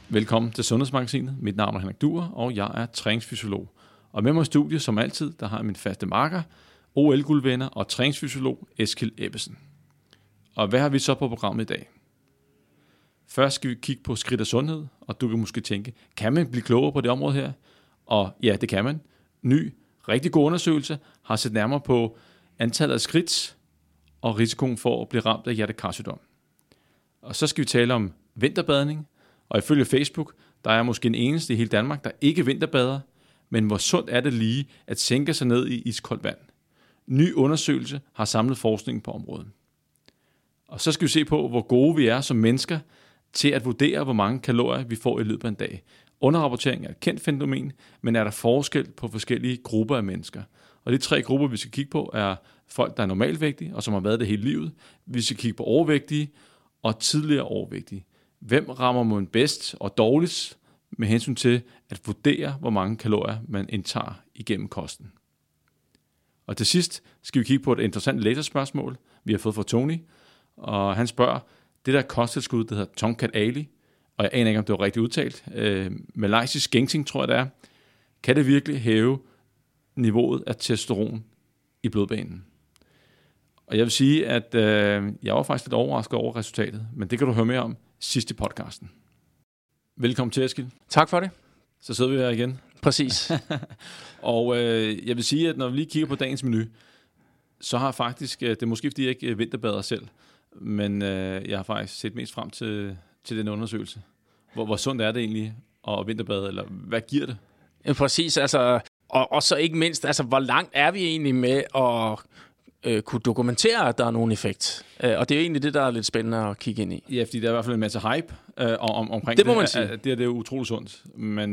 Velkommen til Sundhedsmagasinet. Mit navn er Henrik Duer, og jeg er træningsfysiolog. Og med mig i studiet, som altid, der har jeg min faste marker, OL-guldvinder og træningsfysiolog Eskild Ebbesen. Og hvad har vi så på programmet i dag? Først skal vi kigge på skridt og sundhed, og du kan måske tænke, kan man blive klogere på det område her? Og ja, det kan man. Ny, rigtig god undersøgelse har set nærmere på antallet af skridt og risikoen for at blive ramt af hjertekarsygdom. Og så skal vi tale om vinterbadning, og ifølge Facebook, der er måske den eneste i hele Danmark, der ikke vinterbader, men hvor sundt er det lige at sænke sig ned i iskoldt vand. Ny undersøgelse har samlet forskningen på området. Og så skal vi se på, hvor gode vi er som mennesker til at vurdere, hvor mange kalorier vi får i løbet af en dag. Underrapportering er et kendt fænomen, men er der forskel på forskellige grupper af mennesker. Og de 3 grupper, vi skal kigge på, er folk, der er normalvægtige, og som har været det hele livet. Vi skal kigge på overvægtige og tidligere overvægtige. Hvem rammer man bedst og dårligst med hensyn til at vurdere, hvor mange kalorier man indtager igennem kosten. Og til sidst skal vi kigge på et interessant læserspørgsmål, vi har fået fra Tony. Og han spørger, det der kosttilskud, der hedder Tongkat Ali, og jeg aner ikke, om det var rigtigt udtalt, malaysisk ginseng, tror jeg det er, kan det virkelig hæve niveauet af testosteron i blodbanen? Og jeg vil sige, at jeg var faktisk lidt overrasket over resultatet, men det kan du høre mere om sidst i podcasten. Velkommen til, Eskild. Tak for det. Så sidder vi her igen. Præcis. Og jeg vil sige, at når vi lige kigger på dagens menu, så har jeg faktisk, det er måske fordi jeg ikke vinterbader selv, men jeg har faktisk set mest frem til den undersøgelse. Hvor sundt er det egentlig at vinterbade, eller hvad giver det? Ja, præcis, altså, og så ikke mindst, altså, hvor langt er vi egentlig med at kunne dokumentere, at der er nogen effekt? Og det er jo egentlig det, der er lidt spændende at kigge ind i. Ja, fordi der er i hvert fald en masse hype omkring det. Må man sige. Det er utroligt sundt. Men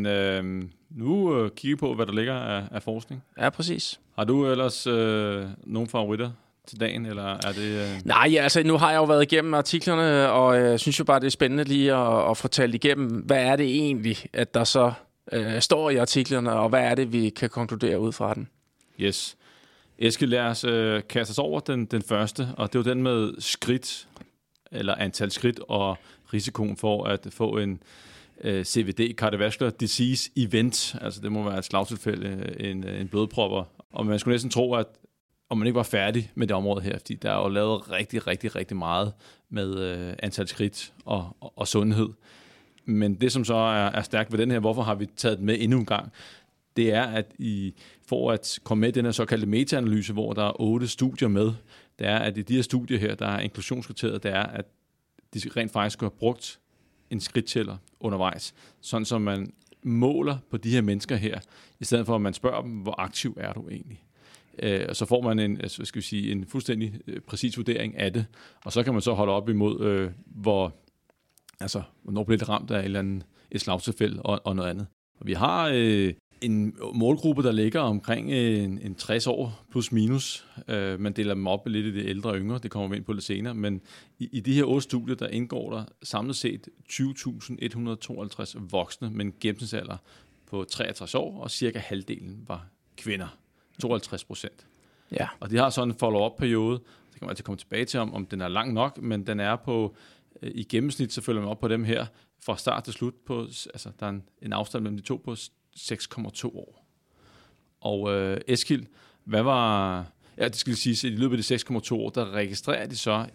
nu kigger på, hvad der ligger af forskning. Ja, præcis. Har du ellers nogle favoritter til dagen, eller er det... Nej, altså nu har jeg jo været igennem artiklerne, og jeg synes jo bare, det er spændende lige at få talt igennem, hvad er det egentlig, at der så står i artiklerne, og hvad er det, vi kan konkludere ud fra den. Yes. Eskild, lad os kaste os over den første, og det er jo den med skridt, eller antal skridt, og risikoen for at få en CVD, cardiovascular disease event, altså det må være et slagtilfælde, en blodpropper, og man skulle næsten tro, at om man ikke var færdig med det område her, fordi der er jo lavet rigtig meget med antal skridt og sundhed. Men det, som så er stærkt ved den her, hvorfor har vi taget den med endnu en gang, det er, at for at komme med i den her såkaldte meta-analyse, hvor der er 8 studier med, det er, at i de her studier her, der er inklusionskriteriet, det er, at de rent faktisk har brugt en skridttæller undervejs, sådan som man måler på de her mennesker her, i stedet for at man spørger dem, hvor aktiv er du egentlig? Og så får man en fuldstændig præcis vurdering af det, og så kan man så holde op imod, hvornår bliver det ramt af et slagtilfælde og noget andet. Og vi har en målgruppe, der ligger omkring en 60 år plus minus. Man deler dem op lidt i det ældre og yngre, det kommer vi ind på lidt senere, men i de her 8 studier, der indgår der samlet set 20.152 voksne med en gennemsnitsalder på 63 år, og cirka halvdelen var kvinder. 52%. Ja. Og de har sådan en follow-up-periode. Det kan man altid komme tilbage til, om den er lang nok, men den er på, i gennemsnit, så følger man op på dem her, fra start til slut, altså der er en afstand mellem de to på 6,2 år. Og Eskild, hvad var... Ja, det skal sige, at i løbet af de 6,2 år, der registrerer de så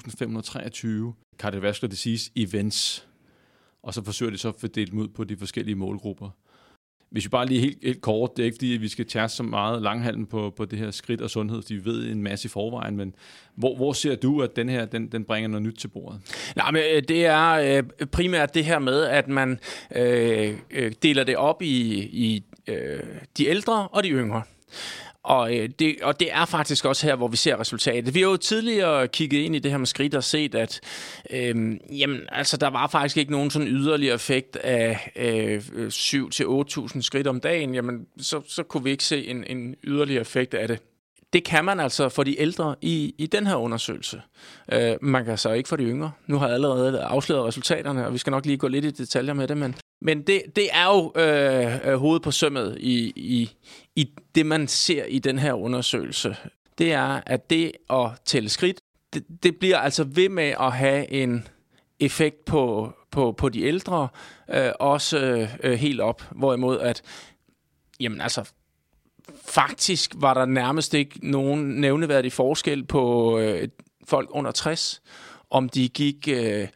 1.523 cardiovascular disease events, og så forsøger de så at fordele dem ud på de forskellige målgrupper. Hvis vi bare lige helt kort, det er ikke fordi, vi skal tærse så meget langhalm på det her skridt og sundhed, fordi vi ved en masse i forvejen, men hvor ser du, at den her, den bringer noget nyt til bordet? Nej, men det er primært det her med, at man deler det op i de ældre og de yngre. Og det er faktisk også her, hvor vi ser resultatet. Vi har jo tidligere kigget ind i det her med skridt og set, at der var faktisk ikke nogen sådan yderligere effekt af 7-8.000 skridt om dagen. Jamen, så kunne vi ikke se en yderligere effekt af det. Det kan man altså for de ældre i den her undersøgelse. Man kan så ikke for de yngre. Nu har jeg allerede afsløret resultaterne, og vi skal nok lige gå lidt i detaljer med det, men det er jo hovedet på sømmet i det, man ser i den her undersøgelse. Det er, at det at tælle skridt, det bliver altså ved med at have en effekt på på de ældre, også helt op. Hvorimod at, jamen altså, faktisk var der nærmest ikke nogen nævneværdig forskel på folk under 60, om de gik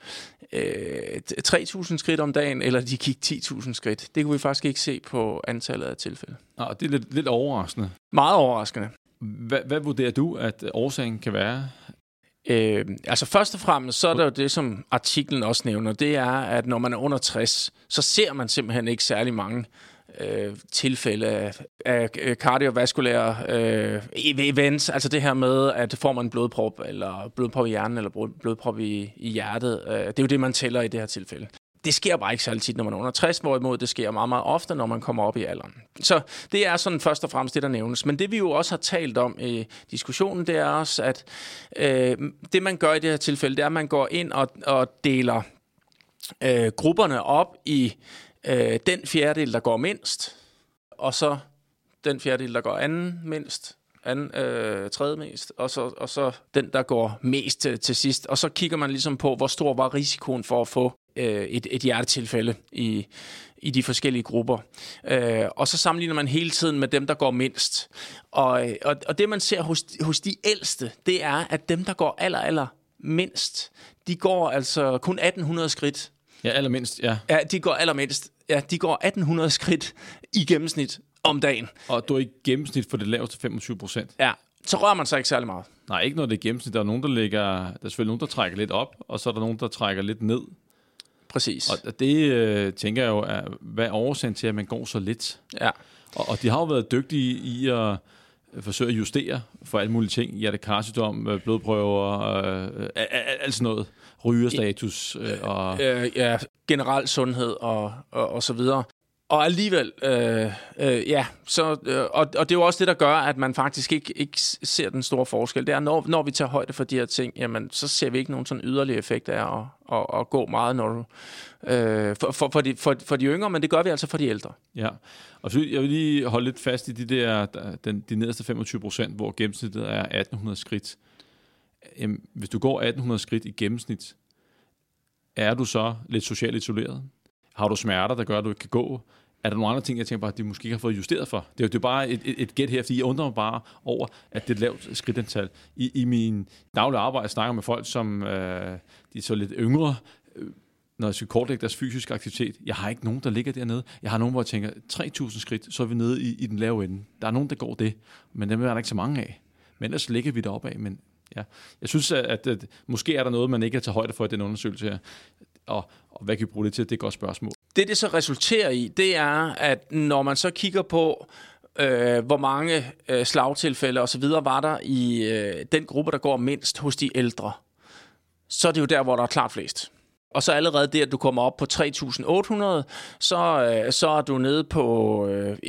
3.000 skridt om dagen, eller de gik 10.000 skridt. Det kunne vi faktisk ikke se på antallet af tilfælde. Nå, det er lidt overraskende. Meget overraskende. Hvad vurderer du, at årsagen kan være? Altså først og fremmest, så er der jo det, som artiklen også nævner, det er, at når man er under 60, så ser man simpelthen ikke særlig mange tilfælde af kardiovaskulære events, altså det her med, at får man en blodprop, eller blodprop i hjernen, eller blodprop i hjertet, det er jo det, man tæller i det her tilfælde. Det sker bare ikke særlig tit, når man er under 60, hvorimod det sker meget, meget ofte, når man kommer op i alderen. Så det er sådan først og fremmest det, der nævnes. Men det vi jo også har talt om i diskussionen, det er også, at det man gør i det her tilfælde, det er, at man går ind og deler grupperne op i den fjerdedel, der går mindst, og så den fjerdedel, der går anden mindst, tredje mest, og så den, der går mest til sidst. Og så kigger man ligesom på, hvor stor var risikoen for at få et hjertetilfælde i de forskellige grupper. Og så sammenligner man hele tiden med dem, der går mindst. Og det, man ser hos de ældste, det er, at dem, der går aller mindst, de går altså kun 1.800 skridt. Ja, allermindst, ja. Ja, de går allermindst. Ja, de går 1.800 skridt i gennemsnit om dagen. Og du er i gennemsnit for det laveste 25%. Ja, så rører man sig ikke særlig meget. Nej, ikke når det er gennemsnit. Der er nogen, der er selvfølgelig nogen, der trækker lidt op, og så er der nogen, der trækker lidt ned. Præcis. Og det tænker jeg jo er, hvad er årsagen til, at man går så lidt? Ja. Og de har jo været dygtige i at forsøge at justere for alle mulige ting. Hjertekarsygdom, blodprøver, alt sådan noget. Rygerstatus. Ja, generel sundhed og så videre. Og alligevel, og det er jo også det, der gør, at man faktisk ikke ser den store forskel. Det er, når vi tager højde for de her ting, jamen, så ser vi ikke nogen sådan yderligere effekt af at gå meget, når du, for de yngre, men det gør vi altså for de ældre. Ja, og så jeg vil lige holde lidt fast i de nederste 25%, hvor gennemsnittet er 1.800 skridt. Jamen, hvis du går 1.800 skridt i gennemsnit, er du så lidt socialt isoleret? Har du smerter, der gør, at du ikke kan gå? Er der nogle andre ting, jeg tænker bare, at de måske ikke har fået justeret for? Det er jo bare et gæt her, fordi jeg undrer mig bare over, at det er et lavt skridtantal. I min daglige arbejde snakker med folk, som de er så lidt yngre, når jeg skal kortlægge deres fysiske aktivitet. Jeg har ikke nogen, der ligger dernede. Jeg har nogen, hvor jeg tænker, 3.000 skridt, så er vi nede i den lave ende. Der er nogen, der går det, men dem er der ikke så mange af. Men ellers ligger vi deroppe af. Men ja, jeg synes, at måske er der noget, man ikke har taget højde for i den undersøgelse her. Og hvad kan vi bruge det til? Det er et godt spørgsmål. Det så resulterer i, det er, at når man så kigger på, hvor mange slagtilfælde og så videre var der i den gruppe, der går mindst hos de ældre, så er det jo der, hvor der er klart flest. Og så allerede det, at du kommer op på 3.800, så er du nede på 0,8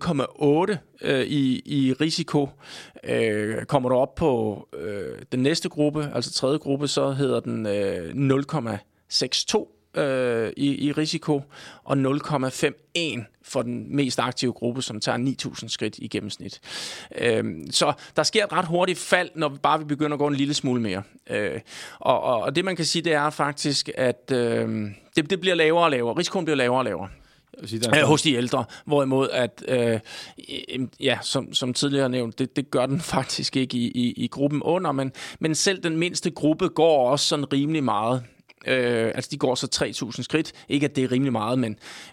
i risiko. Kommer du op på den næste gruppe, altså tredje gruppe, så hedder den 0,62 i risiko, og 0,51 for den mest aktive gruppe, som tager 9.000 skridt i gennemsnit. Så der sker et ret hurtigt fald, når vi begynder at gå en lille smule mere. Og det man kan sige, det er faktisk, at det bliver lavere og lavere. Risikoen bliver lavere og lavere. Hos de ældre, hvorimod at, som tidligere nævnt, det gør den faktisk ikke i gruppen under, men selv den mindste gruppe går også sådan rimelig meget. Altså de går så 3.000 skridt. Ikke at det er rimelig meget,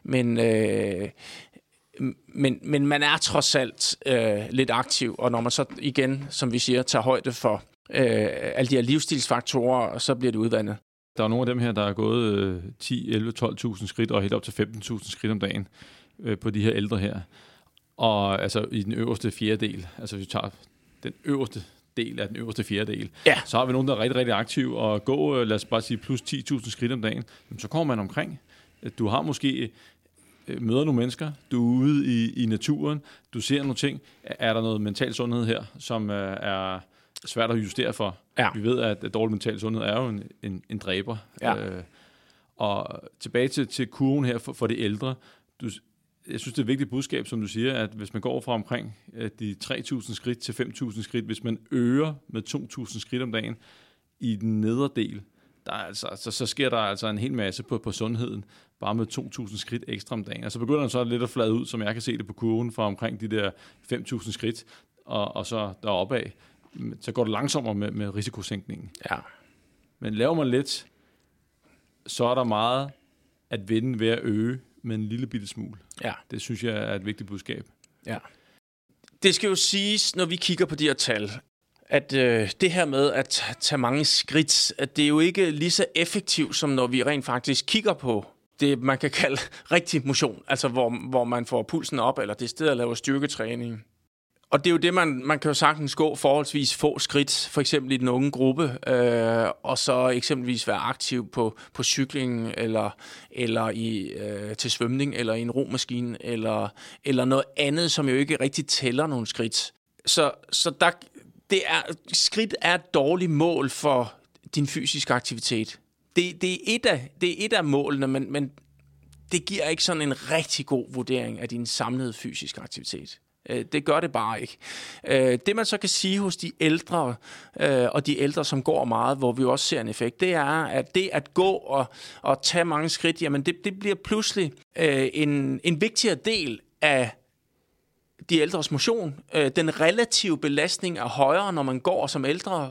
men man er trods alt lidt aktiv, og når man så igen, som vi siger, tager højde for alle de her livsstilsfaktorer, så bliver det udvandet. Der er nogle af dem her, der er gået 10, 11, 12.000 skridt og helt op til 15.000 skridt om dagen på de her ældre her. Og altså i den øverste fjerdedel, altså hvis vi tager den øverste del af den øverste fjerdedel, ja. Så har vi nogen, der er rigtig, rigtig aktive og gå, lad os bare sige, plus 10.000 skridt om dagen. Men så kommer man omkring. Du har måske møder nogle mennesker, du er ude i naturen, du ser nogle ting. Er der noget mental sundhed her, som er svært at justere for? Ja. Vi ved, at dårlig mental sundhed er jo en dræber. Ja. Og tilbage til kurven her for de ældre. Jeg synes, det er et vigtigt budskab, som du siger, at hvis man går fra omkring de 3.000 skridt til 5.000 skridt, hvis man øger med 2.000 skridt om dagen i den nederdel, så sker der altså en hel masse på sundheden, bare med 2.000 skridt ekstra om dagen. Og så begynder den så lidt at flade ud, som jeg kan se det på kurven, fra omkring de der 5.000 skridt, og så deroppe af. Så går det langsommere med risikosænkningen. Ja. Men laver man lidt, så er der meget at vinde ved at øge med en lille bitte smule. Ja. Det synes jeg er et vigtigt budskab. Ja. Det skal jo siges, når vi kigger på de her tal, at det her med at tage mange skridt, at det er jo ikke lige så effektivt, som når vi rent faktisk kigger på det, man kan kalde rigtig motion. Altså hvor man får pulsen op, eller det sted at lave styrketræning. Og det er jo det, man kan jo sagtens gå forholdsvis få skridt, for eksempel i den unge gruppe, og så eksempelvis være aktiv på cykling, eller til svømning, eller i en romaskine, eller noget andet, som jo ikke rigtig tæller nogle skridt. Så skridt er et dårligt mål for din fysiske aktivitet. Det er et af målene, men det giver ikke sådan en rigtig god vurdering af din samlede fysiske aktivitet. Det gør det bare ikke. Det man så kan sige hos de ældre, og de ældre, som går meget, hvor vi også ser en effekt, det er, at det at gå og tage mange skridt, jamen det bliver pludselig en vigtigere del af de ældres motion. Den relative belastning er højere, når man går som ældre.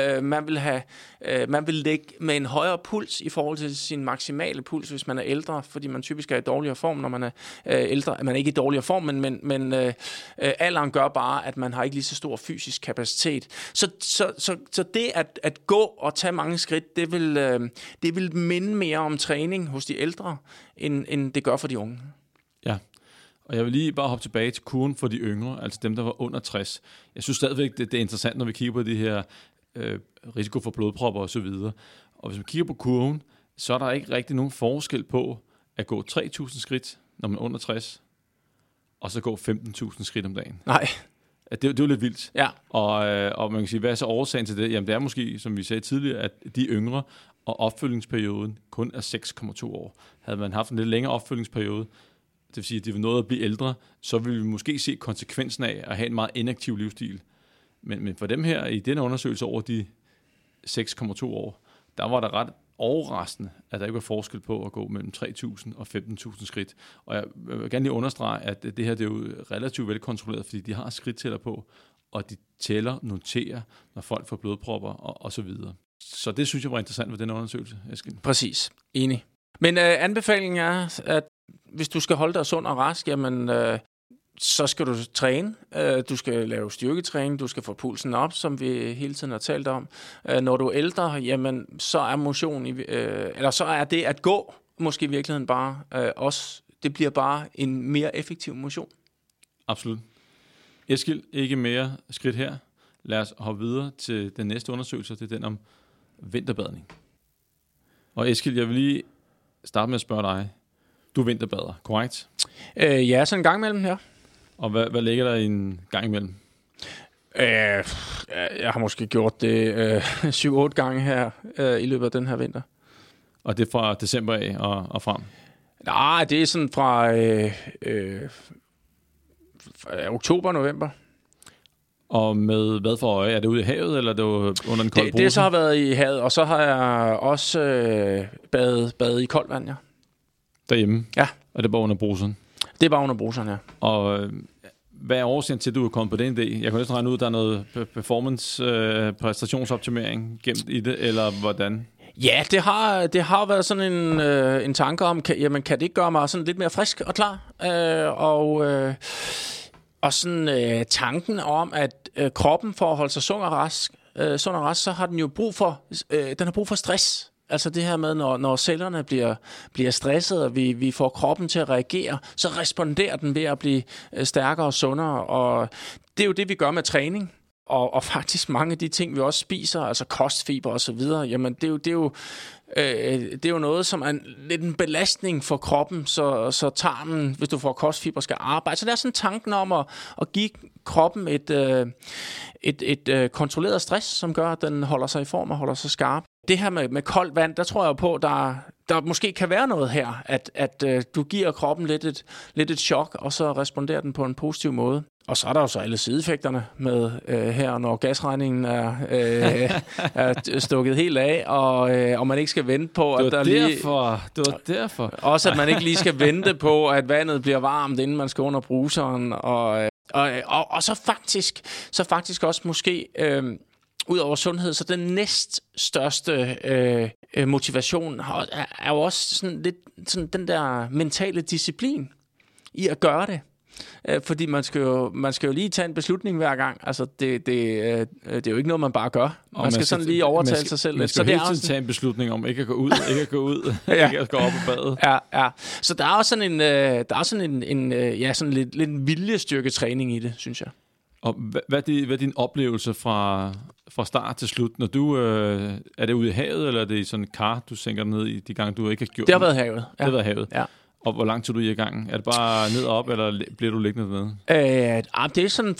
Man vil ligge med en højere puls i forhold til sin maksimale puls, hvis man er ældre, fordi man typisk er i dårligere form, når man er ældre. Man er ikke i dårligere form, men alderen gør bare, at man har ikke lige så stor fysisk kapacitet. Så det at gå og tage mange skridt, det vil minde mere om træning hos de ældre, end det gør for de unge. Ja. Og jeg vil lige bare hoppe tilbage til kurven for de yngre, altså dem, der var under 60. Jeg synes stadigvæk, det er interessant, når vi kigger på de her risiko for blodpropper osv. Og hvis man kigger på kurven, så er der ikke rigtig nogen forskel på at gå 3.000 skridt, når man er under 60, og så gå 15.000 skridt om dagen. Nej. Det er jo lidt vildt. Ja. Og man kan sige, hvad er så årsagen til det? Jamen det er måske, som vi sagde tidligere, at de yngre og opfølgningsperioden kun er 6,2 år. Havde man haft en lidt længere opfølgningsperiode, det vil sige, at det vil noget at blive ældre, så vil vi måske se konsekvensen af at have en meget inaktiv livsstil. Men for dem her, i denne undersøgelse over de 6,2 år, der var der ret overraskende, at der ikke var forskel på at gå mellem 3.000 og 15.000 skridt. Og jeg vil gerne lige understrege, at det her det er jo relativt velkontrolleret, fordi de har skridttæller på, og de noterer, når folk får blodpropper og så videre. Så det synes jeg var interessant ved den undersøgelse, Eskild. Præcis. Enig. Men anbefalingen er, at hvis du skal holde dig sund og rask, jamen, så skal du træne. Du skal lave styrketræning, du skal få pulsen op, som vi hele tiden har talt om. Når du er ældre, jamen, så er motion, eller så er det at gå, måske i virkeligheden bare også, det bliver bare en mere effektiv motion. Absolut. Eskild, ikke mere skridt her. Lad os hoppe videre til den næste undersøgelse, det er den om vinterbadning. Og Eskild, jeg vil lige starte med at spørge dig. Du vinterbader, korrekt? Ja, så en gang imellem, ja. Og hvad ligger der i en gang imellem? Jeg har måske gjort det 7-8 gange her i løbet af den her vinter. Og det er fra december af og frem? Nej, det er sådan fra oktober, november. Og med hvad for øje? Er det ude i havet, eller er det under en kold bruse? Det så har været i havet, og så har jeg også badet i koldt vand, ja. Derhjemme? Ja. Og det er bare under bruseren? Det er bare under bruseren, ja. Og hvad er årsagen til, at du er kommet på den idé? Jeg kan næsten regne ud, at der er noget performance-præstationsoptimering gemt i det, eller hvordan? Ja, det har været sådan en tanke om, kan det ikke gøre mig sådan lidt mere frisk og klar? Og sådan tanken om, at kroppen for at holde sig sund og rask, så har den jo brug for stress. Altså det her med, når cellerne bliver stresset, og vi får kroppen til at reagere, så responderer den ved at blive stærkere og sundere. Og det er jo det, vi gør med træning. Og faktisk mange af de ting, vi også spiser, altså kostfiber og så videre, jamen det er jo noget, som er lidt en belastning for kroppen, så tarmen, hvis du får kostfiber, skal arbejde. Så der er sådan tanken om at give kroppen et kontrolleret stress, som gør, at den holder sig i form og holder sig skarp. Det her med koldt vand, der tror jeg på, der måske kan være noget her, at du giver kroppen lidt et chok, og så responderer den på en positiv måde. Og så er der jo så alle sideeffekterne med her, når gasregningen er stukket helt af, og man ikke skal vente på, at der Det var derfor. Også at man ikke lige skal vente på, at vandet bliver varmt, inden man skal under bruseren. Og så faktisk også måske, ud over sundhed, så den næststørste motivation er jo også sådan lidt sådan den der mentale disciplin i at gøre det. Fordi man skal jo lige tage en beslutning hver gang. Altså, det er jo ikke noget, man bare gør. Man skal sådan lige overtale sig selv. Man skal hele tiden tage en beslutning om ikke at gå ud, ikke at gå ud, ikke at gå op på badet. Ja. Så der er også sådan sådan lidt en viljestyrketræning i det, synes jeg. Og hvad er din oplevelse fra start til slut? Når du er det ude i havet, eller er det i sådan et kar, du sænker ned i de gange, du ikke har gjort det? Har været havet. Det har været havet. Ja. Og hvor lang tid er du i gang? Er det bare ned og op, eller bliver du liggende dernede? Det er sådan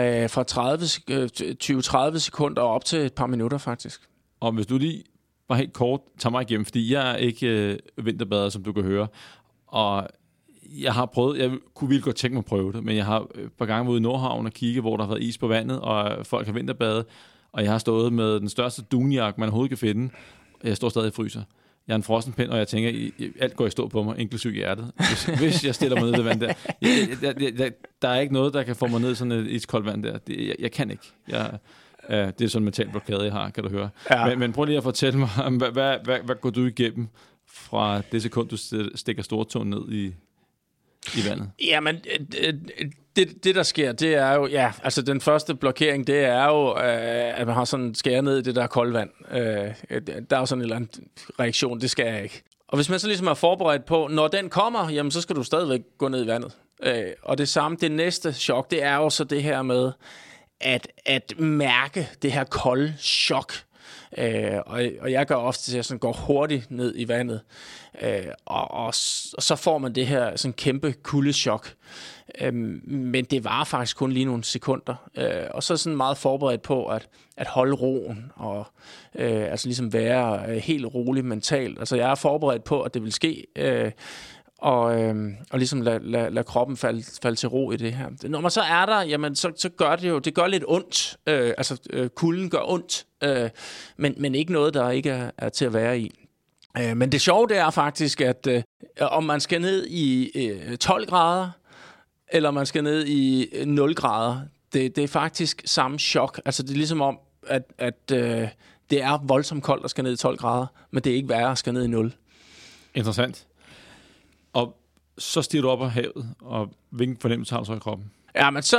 fra 20-30 sekunder op til et par minutter, faktisk. Og hvis du lige bare helt kort tager mig igennem, fordi jeg er ikke vinterbader, som du kan høre, og jeg har prøvet, jeg kunne virkelig godt tænke mig at prøve det, men jeg har et par gange været ude i Nordhavn og kigge, hvor der har været is på vandet, og folk har vinterbade, og jeg har stået med den største dunjakke, man overhovedet kan finde, og jeg står stadig i fryser. Jeg er en frossen pind, og jeg tænker, alt går i stå på mig, inklusive hjertet. Hvis jeg stiller mig ned i det vand der. Der er ikke noget, der kan få mig ned i sådan et iskoldt vand der. Jeg kan ikke. Det er sådan en mental blokade, jeg har, kan du høre. Ja. Men prøv lige at fortælle mig, hvad går du igennem fra det sekund, du stikker stortåen ned i vandet? Jamen, det der sker, det er jo, altså den første blokering, det er jo, at man har sådan skæret ned i det der kolde vand. Der er jo sådan en eller anden reaktion, det skal jeg ikke. Og hvis man så ligesom er forberedt på, når den kommer, jamen så skal du stadigvæk gå ned i vandet. Og det næste chok, det er jo så det her med, at mærke det her kolde chok. Og jeg gør ofte, at jeg sådan går hurtigt ned i vandet, og så får man det her sådan kæmpe kuldechok. Men det var faktisk kun lige nogle sekunder, og så sådan meget forberedt på at holde roen og altså ligesom være helt rolig mentalt. Altså jeg er forberedt på, at det vil ske. Og ligesom lade kroppen falde til ro i det her. Når man så er der, jamen så gør det gør lidt ondt. Kulden gør ondt, men ikke noget, der ikke er til at være i. Men det sjove, det er faktisk, at om man skal ned i 12 grader, eller man skal ned i 0 grader, det er faktisk samme chok. Altså det er ligesom om, at det er voldsomt koldt at skal ned i 12 grader, men det er ikke værre at skal ned i 0. Interessant. Og så stiger du op af havet, og hvilken fornemmelse har du så i kroppen? Ja, men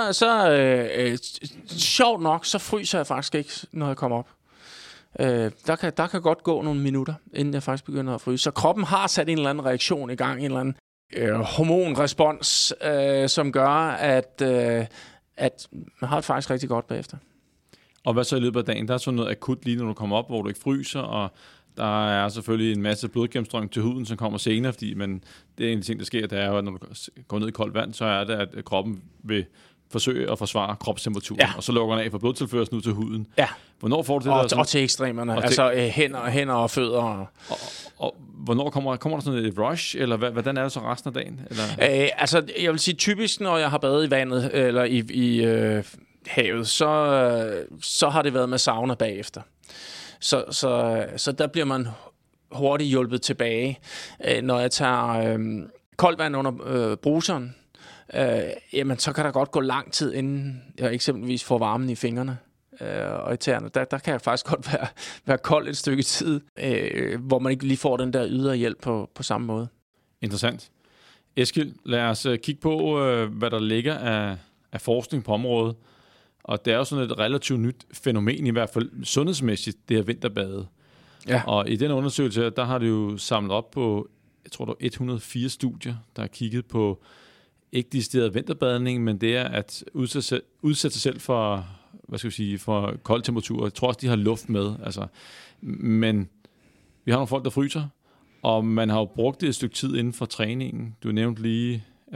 sjovt nok, så fryser jeg faktisk ikke, når jeg kommer op. Der kan godt gå nogle minutter, inden jeg faktisk begynder at fryse. Så kroppen har sat en eller anden reaktion i gang, en eller anden hormonrespons, som gør, at man har det faktisk rigtig godt bagefter. Og hvad så i løbet af dagen? Der er sådan noget akut lige, når du kommer op, hvor du ikke fryser, og der er selvfølgelig en masse blodgennemstrømning til huden, som kommer senere, fordi det er en af de ting, der sker, det er jo, at når du går ned i koldt vand, så er det, at kroppen vil forsøge at forsvare kropstemperaturen, og så lukker den af for blodtilførsel ud til huden. Ja. Hvornår får du det der? Og til ekstremerne, altså hænder og fødder. Og hvornår kommer der sådan et rush, eller hvordan er det så resten af dagen? Eller? Altså, jeg vil sige typisk, når jeg har badet i vandet, eller i havet, så har det været med sauna bagefter. Så der bliver man hurtigt hjulpet tilbage. Når jeg tager koldt vand under bruseren, jamen så kan der godt gå lang tid, inden jeg eksempelvis får varmen i fingrene og i tæerne. Der kan jeg faktisk godt være kold et stykke tid, hvor man ikke lige får den der ydre hjælp på samme måde. Interessant. Eskild, lad os kigge på, hvad der ligger af forskning på området. Og det er jo sådan et relativt nyt fænomen, i hvert fald sundhedsmæssigt, det her vinterbade. Ja. Og i den undersøgelse, der har det jo samlet op på, jeg tror, der er 104 studier, der har kigget på ikke decideret vinterbadning, men det er at udsætte sig selv for, for kolde temperaturer. Jeg tror også, de har luft med. Altså. Men vi har nogle folk, der fryser, og man har jo brugt det et stykke tid inden for træningen. Du nævnte lige, at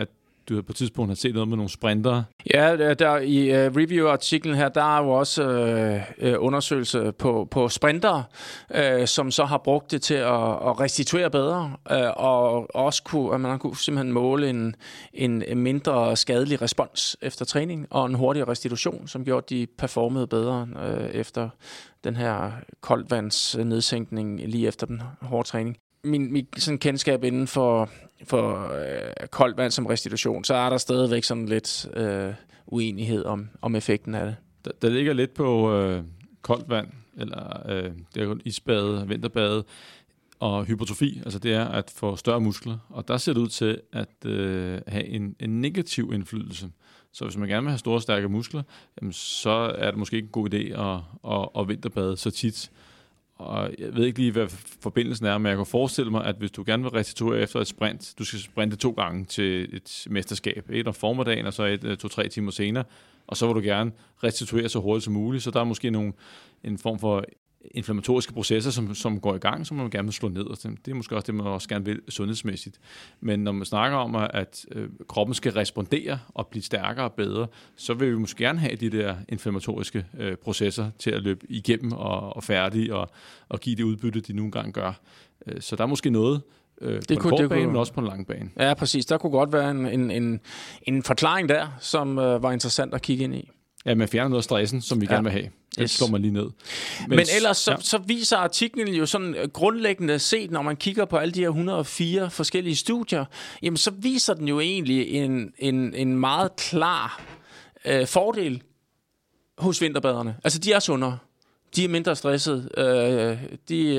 du på et tidspunkt har set noget med nogle sprintere. Ja, der i review-artiklen her, der er jo også undersøgelse på sprintere, som så har brugt det til at restituere bedre, og også at man kunne simpelthen måle en mindre skadelig respons efter træning, og en hurtigere restitution, som gjorde, at de performede bedre efter den her koldvandsnedsænkning lige efter den hårde træning. Min sådan kendskab inden for koldt vand som restitution, så er der stadigvæk sådan lidt uenighed om effekten af det. Der ligger lidt på koldt vand, eller det er isbade, vinterbade og hypertrofi, altså det er at få større muskler, og der ser det ud til at have en negativ indflydelse. Så hvis man gerne vil have store, stærke muskler, jamen, så er det måske ikke en god idé at vinterbade så tit. Og jeg ved ikke lige, hvad forbindelsen er, men jeg kan forestille mig, at hvis du gerne vil restituere efter et sprint, du skal sprinte 2 gange til et mesterskab. Et om formiddagen, og så 2-3 timer senere, og så vil du gerne restituere så hurtigt som muligt. Så der er måske en form for inflammatoriske processer, som går i gang, som man gerne vil slå ned. Og det er måske også det, man også gerne vil sundhedsmæssigt. Men når man snakker om, at kroppen skal respondere og blive stærkere og bedre, så vil vi måske gerne have de der inflammatoriske processer til at løbe igennem og færdige og give det udbytte, de nogle gange gør. Så der er måske noget på en kort bane, men også på en lang bane. Ja, præcis. Der kunne godt være en forklaring der, som var interessant at kigge ind i. Ja, man fjerner noget af stressen, som vi gerne vil have. Det slår man lige ned. Men ellers så viser artiklen jo sådan grundlæggende set, når man kigger på alle de her 104 forskellige studier, jamen så viser den jo egentlig en meget klar fordel hos vinterbaderne. Altså de er sundere. De er mindre stressede, de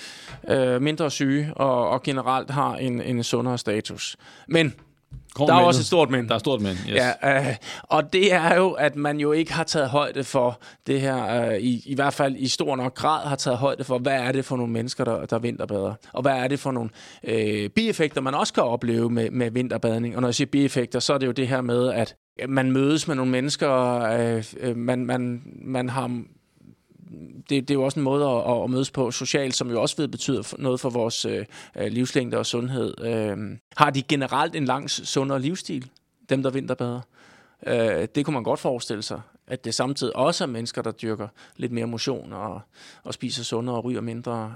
er mindre syge og generelt har en sundere status. Men der er også et stort men. Der er et stort men, yes. Ja, og det er jo, at man jo ikke har taget højde for det her, i hvert fald i stor nok grad har taget højde for, hvad er det for nogle mennesker, der vinterbader, og hvad er det for nogle bieffekter, man også kan opleve med vinterbadning. Og når jeg siger bieffekter, så er det jo det her med, at man mødes med nogle mennesker, man har... Det er jo også en måde at mødes på socialt, som jo også ved betyder noget for vores livslængde og sundhed. Har de generelt en langt sundere livsstil, dem der vinterbader? Det kunne man godt forestille sig, at det samtidig også er mennesker, der dyrker lidt mere motion og spiser sundere og ryger mindre.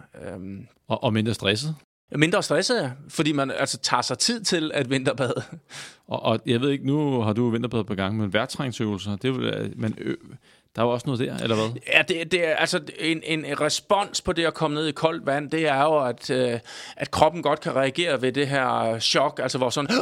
Og mindre stresset? Mindre stresset, fordi man altså tager sig tid til at vinterbade. Og jeg ved ikke, nu har du vinterbadet på gang, men vejrtræningsøvelser, det er jo... Der er jo også noget der, eller hvad? Ja, det er altså en respons på det at komme ned i koldt vand, det er jo, at kroppen godt kan reagere ved det her chok, altså hvor sådan...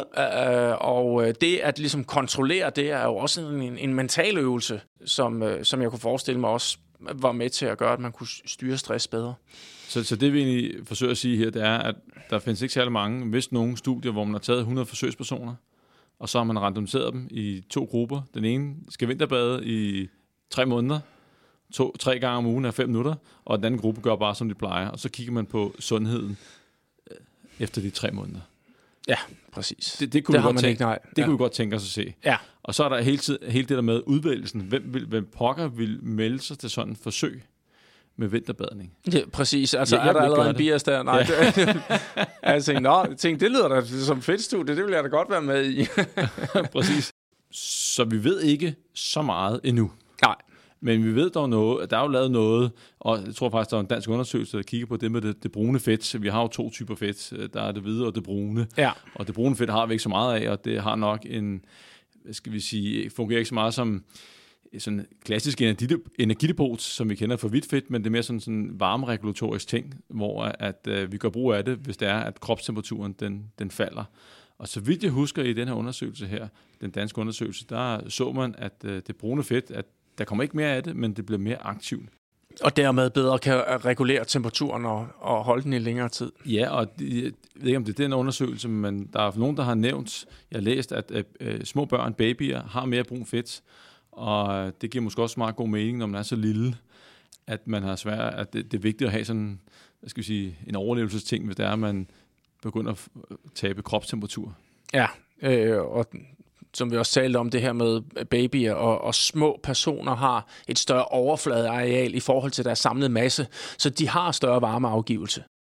og det at ligesom kontrollere, det er jo også en mental øvelse, som jeg kunne forestille mig også var med til at gøre, at man kunne styre stress bedre. Så det vi egentlig forsøger at sige her, det er, at der findes ikke særlig mange, hvis nogle studier, hvor man har taget 100 forsøgspersoner, og så har man randomiseret dem i 2 grupper. Den ene skal vinterbade i 3 måneder, 3 gange om ugen er 5 minutter, og den anden gruppe gør bare, som de plejer. Og så kigger man på sundheden efter de 3 måneder. Ja, præcis. Det kunne vi godt tænke os at se. Ja. Og så er der hele det der med udvælgelsen. Hvem pokker vil melde sig til sådan et forsøg med vinterbadning? Ja, præcis. Altså, er der allerede en bias der? Nej. Ja. Jeg tænkte, det lyder da som fedt studie. Det vil jeg da godt være med i. Præcis. Så vi ved ikke så meget endnu. Nej. Men vi ved dog noget, at der er jo lavet noget, og jeg tror faktisk, der er en dansk undersøgelse, der kigger på det med det brune fedt. Vi har jo 2 typer fedt. Der er det hvide og det brune. Ja. Og det brune fedt har vi ikke så meget af, og det har nok fungerer ikke så meget som sådan klassisk energidepot, som vi kender for hvidt fedt, men det er mere sådan varmeregulatorisk ting, hvor at vi gør brug af det, hvis det er, at kropstemperaturen den falder. Og så vidt jeg husker i den her undersøgelse her, den danske undersøgelse, der så man, at det brune fedt, at der kommer ikke mere af det, men det bliver mere aktivt. Og dermed bedre kan regulere temperaturen og holde den i længere tid. Ja, og jeg ved ikke, om det er den undersøgelse, men der er nogen, der har nævnt, jeg har læst, at små børn, babyer, har mere brun fedt, og det giver måske også meget god mening, når man er så lille, at man har svært, at det er vigtigt at have sådan, en overlevelsesting, hvis det er, at man begynder at tabe kropstemperatur. Ja, og som vi også talte om, det her med babyer og små personer har et større overfladeareal i forhold til deres samlede masse, så de har større varmeafgivelse.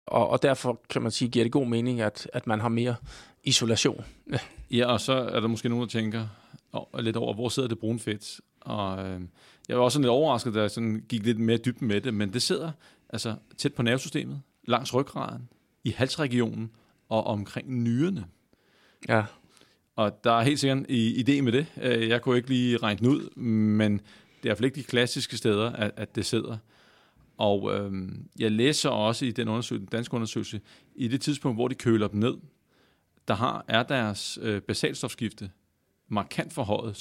og derfor kan man sige, giver det god mening, at man har mere isolation. Ja, og så er der måske nogen, der tænker lidt over, hvor sidder det brune fedt? Og jeg var også sådan lidt overrasket, da jeg sådan gik lidt mere dybden med det, men det sidder altså tæt på nervesystemet, langs ryggraden, i halsregionen og omkring nyrerne. Ja. Og der er helt sikkert en idé med det. Jeg kunne ikke lige regne den ud, men det er i hvert fald ikke de klassiske steder, at det sidder. Og jeg læser også i den danske undersøgelse, i det tidspunkt, hvor de køler dem ned, er deres basalstofskifte markant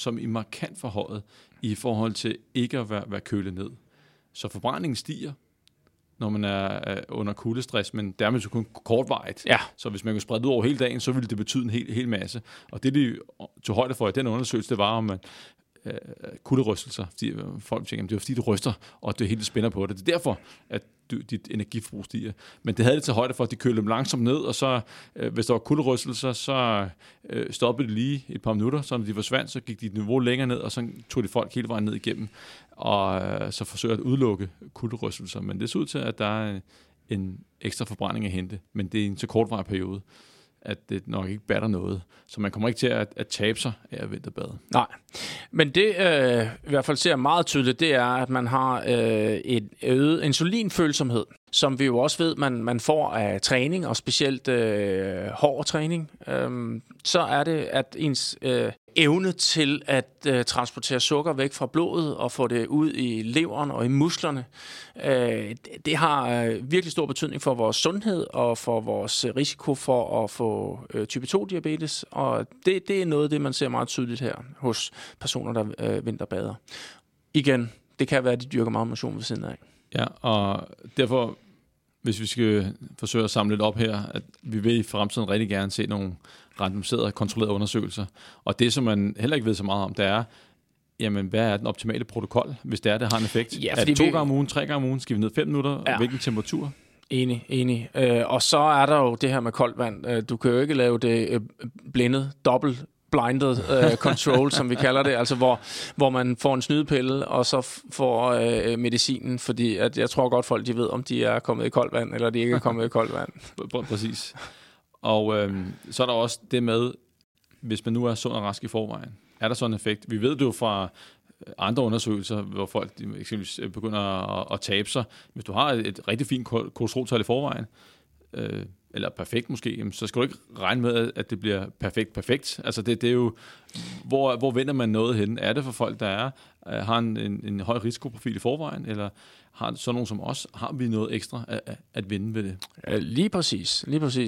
forhøjet i forhold til ikke at være kølet ned. Så forbrændingen stiger, når man er under kuldestress, men dermed så kun kortvarigt. Ja. Så hvis man kunne sprede ud over hele dagen, så ville det betyde en hel masse. Og det, de tog højde for i den undersøgelse, det var, om man kulderystelser. Fordi folk tænker, at det er fordi, du ryster, og det hele spænder på det. Det er derfor, at dit energiforbrug stiger. Men det havde det til højde for, at de kølede dem langsomt ned, og så, hvis der var kulderystelser, så stoppede det lige et par minutter, så når de forsvandt, så gik de et niveau længere ned, og så tog de folk hele vejen ned igennem, og så forsøger at udelukke kulderystelser. Men det ser ud til, at der er en ekstra forbrænding at hente, men det er en så kortvarig periode, at det nok ikke batter noget. Så man kommer ikke til at tabe sig af at vinterbade. Nej, men det i hvert fald ser meget tydeligt, det er, at man har et øget insulinfølsomhed, som vi jo også ved, man får af træning, og specielt hård træning. Så er det, at ens evne til at transportere sukker væk fra blodet og få det ud i leveren og i musklerne, det har virkelig stor betydning for vores sundhed og for vores risiko for at få type 2-diabetes. Og det er noget af det, man ser meget tydeligt her hos personer, der vinterbader. Igen, det kan være, at de dyrker meget motion ved siden af. Ja, og derfor, hvis vi skal forsøge at samle lidt op her, at vi vil i fremtiden rigtig gerne se nogle randomiserede, kontrollerede undersøgelser. Og det, som man heller ikke ved så meget om, det er, jamen, hvad er den optimale protokol, hvis det har en effekt? Ja, er det 2 gange om ugen, 3 gange om ugen? Skal vi ned 5 minutter? Ja. Hvilken temperatur? Enig. Og så er der jo det her med koldt vand. Du kan jo ikke lave det blindet, dobbelt blinded control, som vi kalder det, altså hvor man får en snydepille, og så får medicinen, fordi at jeg tror godt folk, de ved, om de er kommet i koldt vand, eller de ikke er kommet i koldt vand. Præcis. Og så er der også det med, hvis man nu er sund og rask i forvejen, er der sådan en effekt? Vi ved det jo fra andre undersøgelser, hvor folk eksempelvis begynder at tabe sig. Hvis du har et rigtig fint kolesteroltal i forvejen, eller perfekt måske, så skal du ikke regne med, at det bliver perfekt. Altså det er jo, hvor vender man noget hen? Er det for folk, der har en høj risikoprofil i forvejen, eller har sådan nogen som os, har vi noget ekstra at vinde ved det? Lige præcis.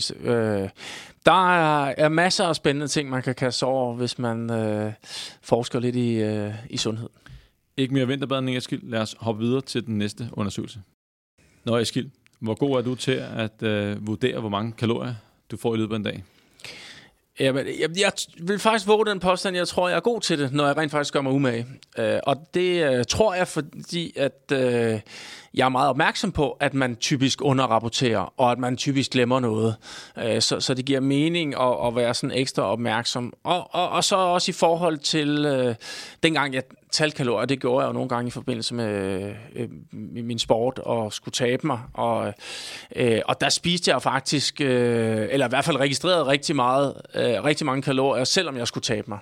Der er masser af spændende ting, man kan kaste over, hvis man forsker lidt i sundhed. Ikke mere vinterbadning, Eskild. Lad os hoppe videre til den næste undersøgelse. Nå, Eskild, hvor god er du til at vurdere, hvor mange kalorier du får i løbet af en dag? Jamen, jeg vil faktisk våge den påstand, jeg tror, jeg er god til det, når jeg rent faktisk gør mig umage. Og det tror jeg, fordi at jeg er meget opmærksom på, at man typisk underrapporterer, og at man typisk glemmer noget. Så det giver mening at være sådan ekstra opmærksom. Og så også i forhold til dengang jeg talte kalorier, det gjorde jeg jo nogle gange i forbindelse med min sport og skulle tabe mig. Og der spiste jeg faktisk, eller i hvert fald registrerede rigtig mange kalorier, selvom jeg skulle tabe mig.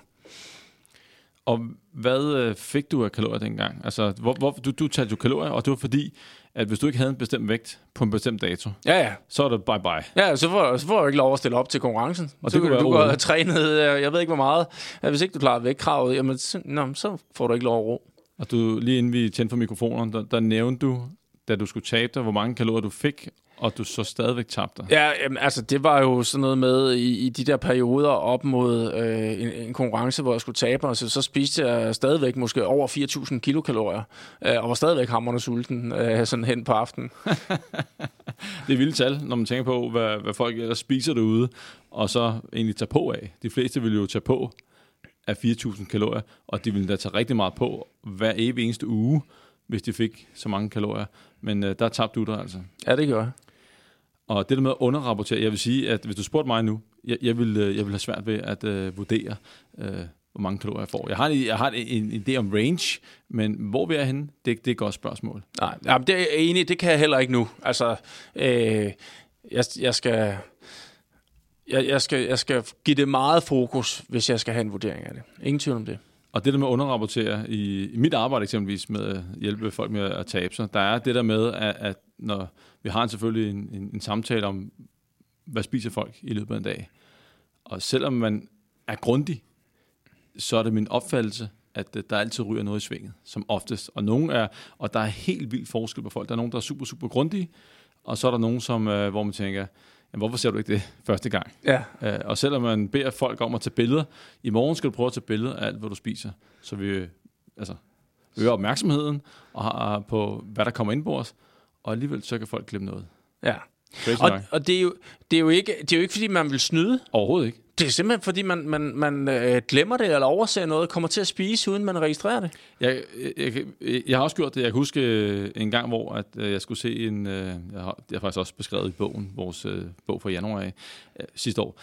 Og hvad fik du af kalorier dengang? Altså, du talte jo kalorier, og det var fordi, at hvis du ikke havde en bestemt vægt på en bestemt dato, så er det bye-bye. Ja, så får du ikke lov at stille op til konkurrencen. Og det du går og trænet, jeg ved ikke hvor meget. Hvis ikke du klarer vægtkravet, jamen, så får du ikke lov at ro. Og du, lige inden vi tændte for mikrofonerne, der nævnte du, da du skulle tabe dig, hvor mange kalorier du fik, og du så stadigvæk tabte. Ja, altså det var jo sådan noget med i de der perioder op mod en konkurrence, hvor jeg skulle tabe mig, så spiste jeg stadigvæk måske over 4.000 kilokalorier, og var stadigvæk hamrende sulten sådan hen på aftenen. Det er vildt tal, når man tænker på, hvad folk ellers spiser derude, og så egentlig tager på af. De fleste vil jo tage på af 4.000 kalorier, og de vil da tage rigtig meget på hver evig eneste uge, hvis de fik så mange kalorier. Men der tabte du dig altså. Ja, det gør jeg. Og det der med at underrapportere, jeg vil sige, at hvis du spurgte mig nu, jeg vil have svært ved at vurdere, hvor mange kalorier jeg får. Jeg har en idé om range, men hvor vi er henne, det er et godt spørgsmål. Nej, jamen, det er enig, det kan jeg heller ikke nu. Altså, jeg skal give det meget fokus, hvis jeg skal have en vurdering af det. Ingen tvivl om det. Og det der med at underrapportere, i mit arbejde eksempelvis med at hjælpe folk med at tabe sig, der er det der med, at når vi har selvfølgelig en samtale om, hvad spiser folk i løbet af en dag, og selvom man er grundig, så er det min opfattelse, at der altid ryger noget i svinget, som oftest. Og der er helt vildt forskel på folk. Der er nogen, der er super, super grundige, og så er der nogen, hvor man tænker, jamen, hvorfor ser du ikke det første gang? Ja. Og selvom man beder folk om at tage billeder, i morgen skal du prøve at tage billeder af alt, hvad du spiser, så vi øger opmærksomheden på, hvad der kommer ind på os, og alligevel så kan folk glemme noget. Ja. Og det er jo ikke, fordi man vil snyde. Overhovedet ikke. Det er simpelthen, fordi man glemmer det, eller overser noget, kommer til at spise, uden man registrerer det. Jeg har også gjort det. Jeg kan huske en gang, hvor at jeg skulle se jeg har faktisk også beskrevet i bogen, vores bog fra januar af sidste år.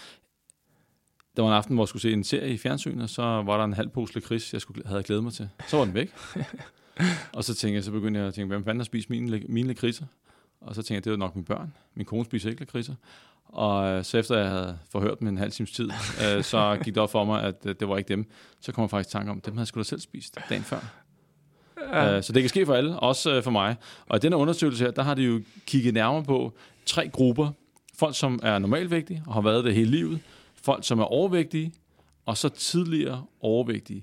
Der var en aften, hvor jeg skulle se en serie i fjernsynet, og så var der en halv pose lakrids, havde glædet mig til. Så var den væk. Og så begyndte jeg at tænke, hvem fanden har spist mine lakridser? Og så tænkte jeg, det var nok mine børn. Min kone spiser ikke lakridser. Og så efter jeg havde forhørt dem en halv times tid, så gik det op for mig, at det var ikke dem. Så kom jeg faktisk i tanke om, dem havde jeg sgu da selv spist dagen før. Ja. Så det kan ske for alle, også for mig. Og i denne undersøgelse her, der har de jo kigget nærmere på 3 grupper. Folk, som er normalvægtige og har været det hele livet. Folk, som er overvægtige, og så tidligere overvægtige.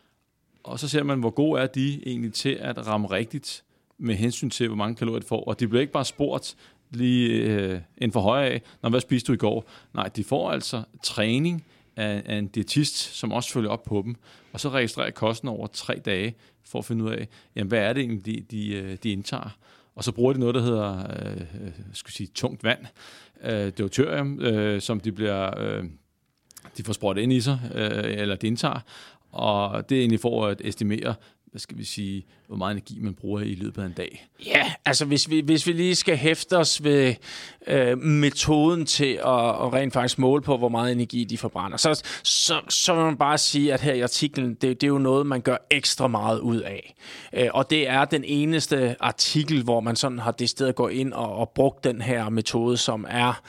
Og så ser man, hvor gode er de egentlig til at ramme rigtigt med hensyn til, hvor mange kalorier de får. Og de bliver ikke bare spurgt lige en for højre af, hvad spiste du i går? Nej, de får altså træning af en diætist, som også følger op på dem, og så registrerer kosten over 3 dage, for at finde ud af, jamen, hvad er det egentlig, de indtager. Og så bruger de noget, der hedder tungt vand, deuterium, som de får sprøjtet ind i sig, eller de indtager, og det er egentlig for at estimere, hvor meget energi man bruger i løbet af en dag. Ja, altså hvis vi lige skal hæfte os ved metoden til at rent faktisk måle på, hvor meget energi de forbrænder, så vil man bare sige, at her i artiklen, det er jo noget, man gør ekstra meget ud af. Og det er den eneste artikel, hvor man sådan har det sted at gå ind og brugt den her metode, som er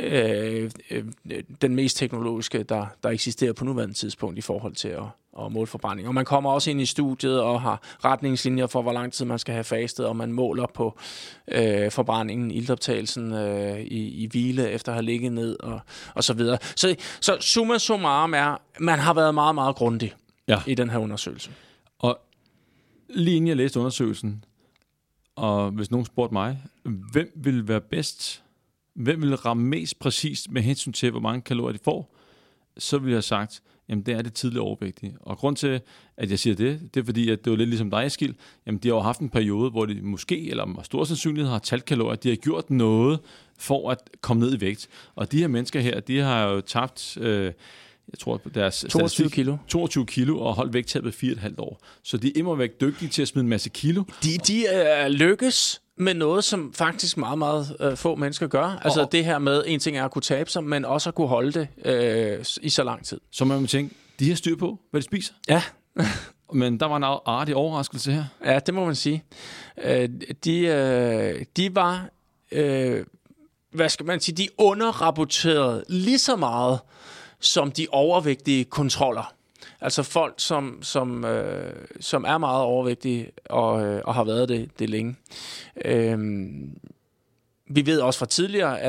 den mest teknologiske, der eksisterer på nuværende tidspunkt i forhold til og målforbrænding. Og man kommer også ind i studiet og har retningslinjer for, hvor lang tid man skal have fastet, og man måler på forbrændingen, iltoptagelsen i hvile, efter at have ligget ned og så videre. Så summa summarum er, man har været meget, meget grundig i den her undersøgelse. Og lige inden jeg læste undersøgelsen, og hvis nogen spurgte mig, hvem vil være bedst? Hvem vil ramme mest præcist med hensyn til, hvor mange kalorier de får? Så vil jeg have sagt, jamen det er det tidlige overvægtige. Og grund til, at jeg siger det er fordi, at det var lidt ligesom dig, Eskild. Jamen de har jo haft en periode, hvor de måske, eller med stor sandsynlighed, har talt kalorier. De har gjort noget for at komme ned i vægt. Og de her mennesker her, de har jo tabt, jeg tror, deres 22 kilo og holdt vægttabet 4,5 år. Så de er immervæk dygtige til at smide en masse kilo. De lykkes med noget, som faktisk meget, meget få mennesker gør. Altså det her med, en ting er at kunne tabe sig, men også at kunne holde det i så lang tid. Så man må tænke, de har styr på, hvad de spiser. Ja. Men der var en artig overraskelse her. Ja, det må man sige. De var, hvad skal man sige, de underrapporterede lige så meget, som de overvægtige kontroller. Altså folk, som er meget overvægtige og har været det længe. Vi ved også fra tidligere,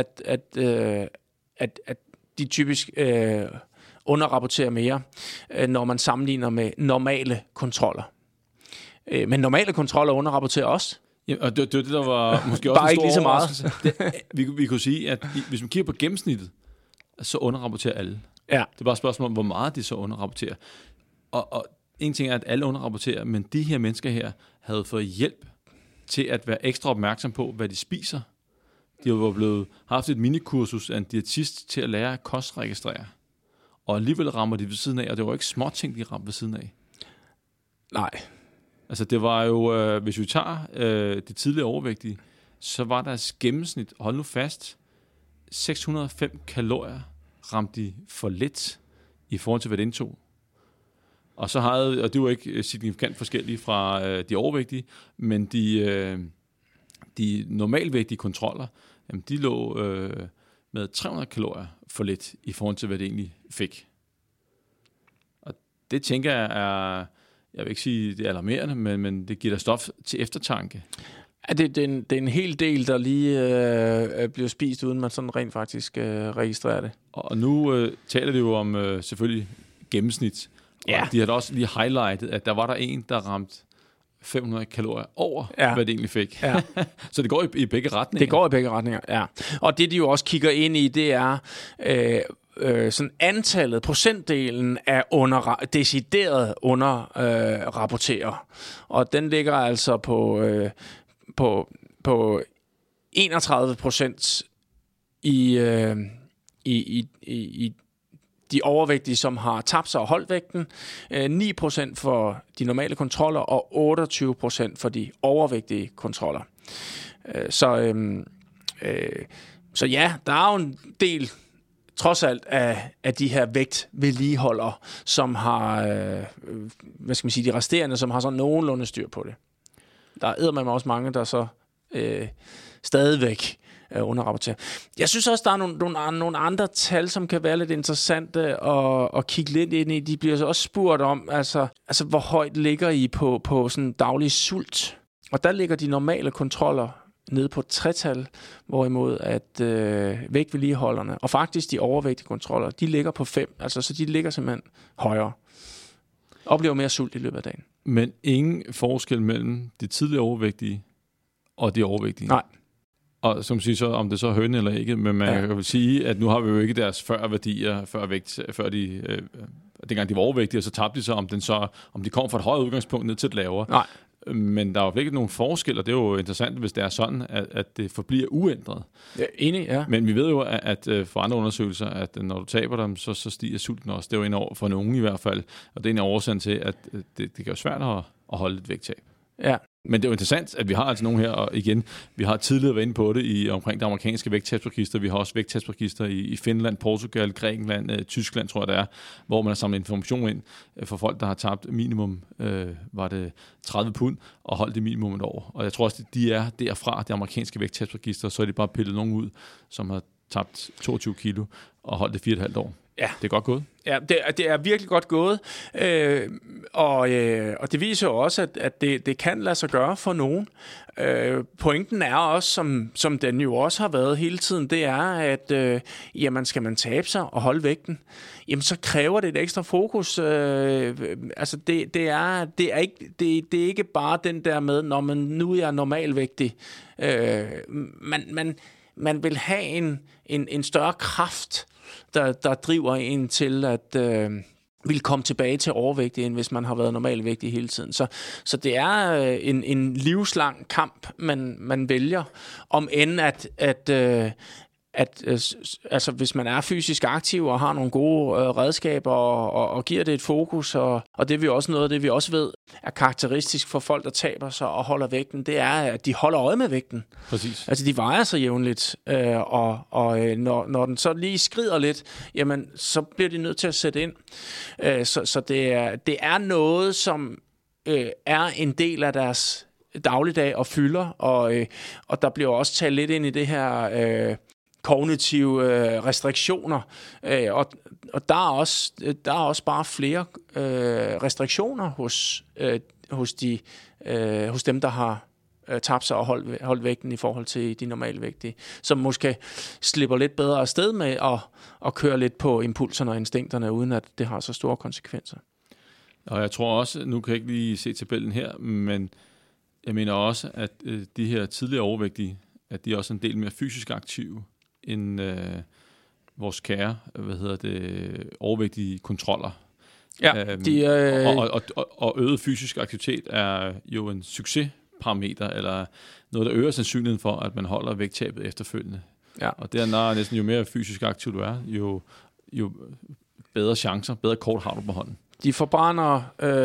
at de typisk underrapporterer mere, når man sammenligner med normale kontroller. Men normale kontroller underrapporterer også. Ja, og det der var måske også bare ikke lige så meget. Vi kunne sige, at hvis man kigger på gennemsnittet, så underrapporterer alle. Ja. Det er bare et spørgsmål om, hvor meget de så underrapporterer. Og en ting er, at alle underrapporterer, men de her mennesker her havde fået hjælp til at være ekstra opmærksom på, hvad de spiser. De var haft et minikursus af en diætist til at lære at kostregistrere. Og alligevel rammer de ved siden af, og det var ikke små ting, de ramte ved siden af. Nej. Altså det var jo, hvis vi tager de tidligere overvægtige, så var deres gennemsnit, hold nu fast, 605 kalorier ramte de for lidt i forhold til, hvad det indtog. Og så og det var ikke signifikant forskellige fra de overvægtige, men de normalvægtige kontroller, jamen de lå med 300 kalorier for lidt i forhold til, hvad det egentlig fik. Og det tænker jeg er, jeg vil ikke sige, det er alarmerende, men det giver dig stof til eftertanke. Ja, det er en hel del, der lige bliver spist, uden man sådan rent faktisk registrerer det. Og nu taler det jo om selvfølgelig gennemsnit. Ja. Og de har da også lige highlightet, at der var der en, der ramte 500 kalorier over, hvad det egentlig fik. Ja. Så det går i begge retninger. Det går i begge retninger, ja. Og det, de jo også kigger ind i, det er sådan antallet, procentdelen af decideret underrapporterer. Og den ligger altså på 31% i de overvægtige, som har tabt sig og holdt vægten, 9% for de normale kontroller og 28% for de overvægtige kontroller. Så ja, der er jo en del, trods alt, af de her vægtvedligeholdere, som har, de resterende, som har sådan nogenlunde styr på det. Der er med også mange, der så stadigvæk underrapporterer. Jeg synes også, der er nogle andre tal, som kan være lidt interessante at kigge lidt ind i. De bliver så også spurgt om, altså hvor højt ligger I på sådan daglig sult? Og der ligger de normale kontroller nede på 3-tal, hvorimod at vægtvedligeholderne, og faktisk de overvægtige kontroller, de ligger på 5, altså så de ligger simpelthen højere. Oplever mere sult i løbet af dagen. Men ingen forskel mellem de tidligere overvægtige og de overvægtige? Nej. Og som siger så, om det så er høne eller ikke, men man kan jo sige, at nu har vi jo ikke deres førværdier, dengang de var overvægtige, og så tabte de sig, om de kom fra et højere udgangspunkt ned til et lavere. Nej. Men der er jo ikke nogen forskel, og det er jo interessant, hvis det er sådan, at det forbliver uændret. Ja, enig, ja. Men vi ved jo, at for andre undersøgelser, at når du taber dem, så stiger sulten også. Det er jo en år for nogen i hvert fald, og det er en årsag til, at det kan være svært at holde et vægttab. Ja. Men det er jo interessant, at vi har altså nogen her, og igen, vi har tidligere været inde på det omkring det amerikanske vægttabsregister. Vi har også vægttabsregister i Finland, Portugal, Grækenland, Tyskland, tror jeg det er, hvor man har samlet information ind for folk, der har tabt minimum, var det 30 pund, og holdt det minimum et år. Og jeg tror også, at de er derfra, det amerikanske vægttabsregister, så er de bare pillet nogen ud, som har tabt 22 kilo og holdt det 4,5 år. Ja. Det er godt gået. Ja, det er virkelig godt gået, og det viser jo også, at det kan lade sig gøre for nogen. Pointen er også, som den jo også har været hele tiden, det er, at jamen, skal man tabe sig og holde vægten, jamen så kræver det et ekstra fokus. Altså det er ikke bare den der med, når man nu er normalvægtig. Man vil have en større kraft, der driver en til at vil komme tilbage til overvægtig, end hvis man har været normalvægtig hele tiden. Så det er en livslang kamp, man vælger, om end altså hvis man er fysisk aktiv og har nogle gode redskaber og giver det et fokus, og det er vi også noget af det, vi også ved er karakteristisk for folk, der taber sig og holder vægten, det er, at de holder øje med vægten. Præcis. Altså de vejer sig jævnligt, og når den så lige skrider lidt, jamen så bliver de nødt til at sætte ind. Så det er noget, som er en del af deres dagligdag og fylder, og der bliver også talt lidt ind i det her kognitive restriktioner, og der er også bare flere restriktioner hos dem, der har tabt sig og holdt vægten i forhold til de normale vægtige, som måske slipper lidt bedre afsted med at køre lidt på impulserne og instinkterne, uden at det har så store konsekvenser. Og jeg tror også, nu kan jeg ikke lige se tabellen her, men jeg mener også, at de her tidligere overvægtige, at de er også en del mere fysisk aktive end vores kære, overvægtige kontroller. Ja, og øget fysisk aktivitet er jo en succesparameter, eller noget, der øger sandsynligheden for, at man holder vægttabet efterfølgende. Ja. Og det er næsten, jo mere fysisk aktiv du er, jo bedre chancer, bedre kort har du på hånden. De forbrænder